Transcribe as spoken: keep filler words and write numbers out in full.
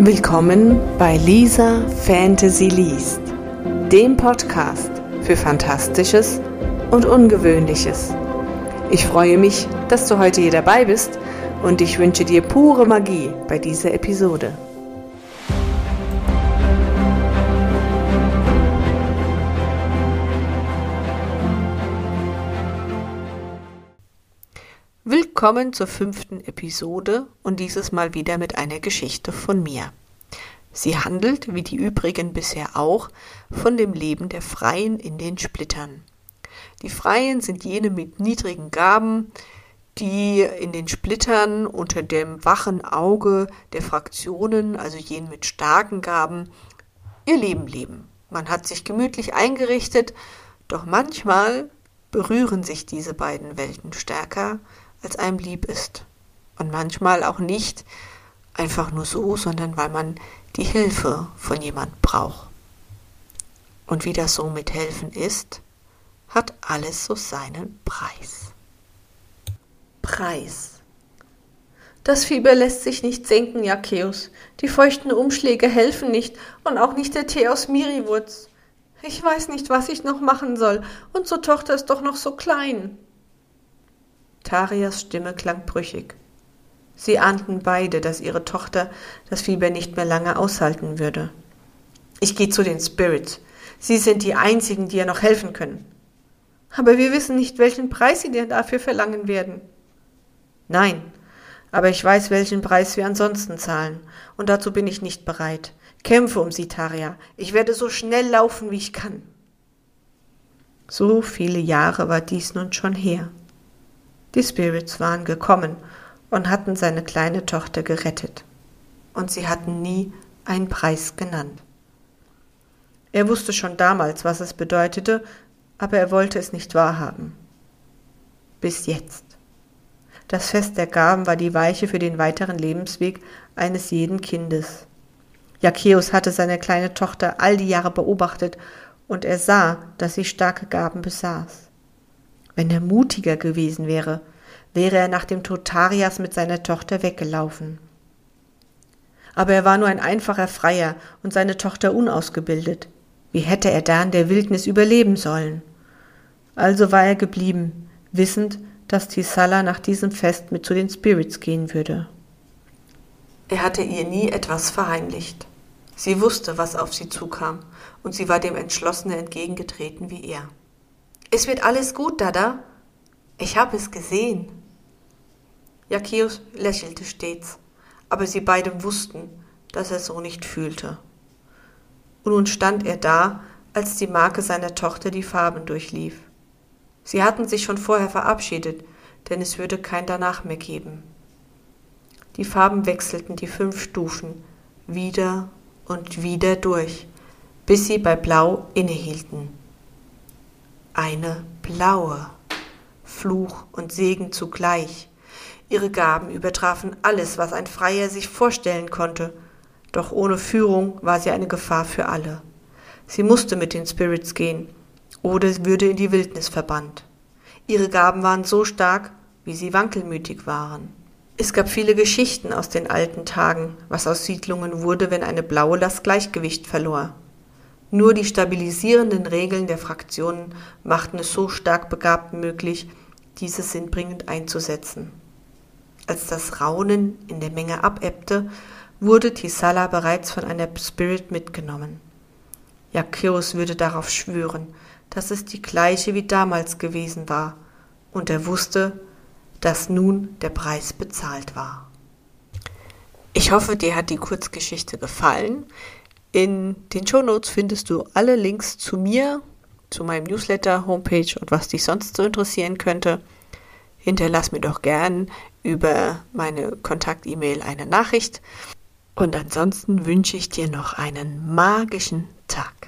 Willkommen bei Lisa Fantasy liest, dem Podcast für Fantastisches und Ungewöhnliches. Ich freue mich, dass du heute hier dabei bist und ich wünsche dir pure Magie bei dieser Episode. Willkommen zur fünften Episode und dieses Mal wieder mit einer Geschichte von mir. Sie handelt, wie die übrigen bisher auch, von dem Leben der Freien in den Splittern. Die Freien sind jene mit niedrigen Gaben, die in den Splittern unter dem wachen Auge der Fraktionen, also jenen mit starken Gaben, ihr Leben leben. Man hat sich gemütlich eingerichtet, doch manchmal berühren sich diese beiden Welten stärker, als einem lieb ist. Und manchmal auch nicht einfach nur so, sondern weil man die Hilfe von jemand braucht. Und wie das so mit Helfen ist, hat alles so seinen Preis. Preis. Das Fieber lässt sich nicht senken, Jakeus. Die feuchten Umschläge helfen nicht und auch nicht der Tee aus Miriwurz. Ich weiß nicht, was ich noch machen soll. Unsere Tochter ist doch noch so klein. Tarias Stimme klang brüchig. Sie ahnten beide, dass ihre Tochter das Fieber nicht mehr lange aushalten würde. Ich gehe zu den Spirits. Sie sind die einzigen, die ihr noch helfen können. Aber wir wissen nicht, welchen Preis sie denn dafür verlangen werden. Nein, aber ich weiß, welchen Preis wir ansonsten zahlen. Und dazu bin ich nicht bereit. Kämpfe um sie, Taria. Ich werde so schnell laufen, wie ich kann. So viele Jahre war dies nun schon her. Die Spirits waren gekommen und hatten seine kleine Tochter gerettet. Und sie hatten nie einen Preis genannt. Er wusste schon damals, was es bedeutete, aber er wollte es nicht wahrhaben. Bis jetzt. Das Fest der Gaben war die Weiche für den weiteren Lebensweg eines jeden Kindes. Jakeus hatte seine kleine Tochter all die Jahre beobachtet und er sah, dass sie starke Gaben besaß. Wenn er mutiger gewesen wäre, wäre er nach dem Tod Tarias mit seiner Tochter weggelaufen. Aber er war nur ein einfacher Freier und seine Tochter unausgebildet. Wie hätte er da in der Wildnis überleben sollen? Also war er geblieben, wissend, dass Tisala nach diesem Fest mit zu den Spirits gehen würde. Er hatte ihr nie etwas verheimlicht. Sie wusste, was auf sie zukam, und sie war dem Entschlossenen entgegengetreten wie er. »Es wird alles gut, Dada. Ich habe es gesehen.« Jakeus lächelte stets, aber sie beide wussten, dass er so nicht fühlte. Und nun stand er da, als die Marke seiner Tochter die Farben durchlief. Sie hatten sich schon vorher verabschiedet, denn es würde kein Danach mehr geben. Die Farben wechselten die fünf Stufen wieder und wieder durch, bis sie bei Blau innehielten. Eine blaue, Fluch und Segen zugleich. Ihre Gaben übertrafen alles, was ein Freier sich vorstellen konnte, doch ohne Führung war sie eine Gefahr für alle. Sie musste mit den Spirits gehen, oder würde in die Wildnis verbannt. Ihre Gaben waren so stark, wie sie wankelmütig waren. Es gab viele Geschichten aus den alten Tagen, was aus Siedlungen wurde, wenn eine Blaue das Gleichgewicht verlor. Nur die stabilisierenden Regeln der Fraktionen machten es so stark Begabten möglich, diese sinnbringend einzusetzen. Als das Raunen in der Menge abebbte, wurde Tisala bereits von einer Spirit mitgenommen. Jakeus würde darauf schwören, dass es die gleiche wie damals gewesen war, und er wusste, dass nun der Preis bezahlt war. Ich hoffe, dir hat die Kurzgeschichte gefallen. In den Shownotes findest du alle Links zu mir, zu meinem Newsletter, Homepage und was dich sonst so interessieren könnte. Hinterlass mir doch gern über meine Kontakt-E-Mail eine Nachricht. Und ansonsten wünsche ich dir noch einen magischen Tag.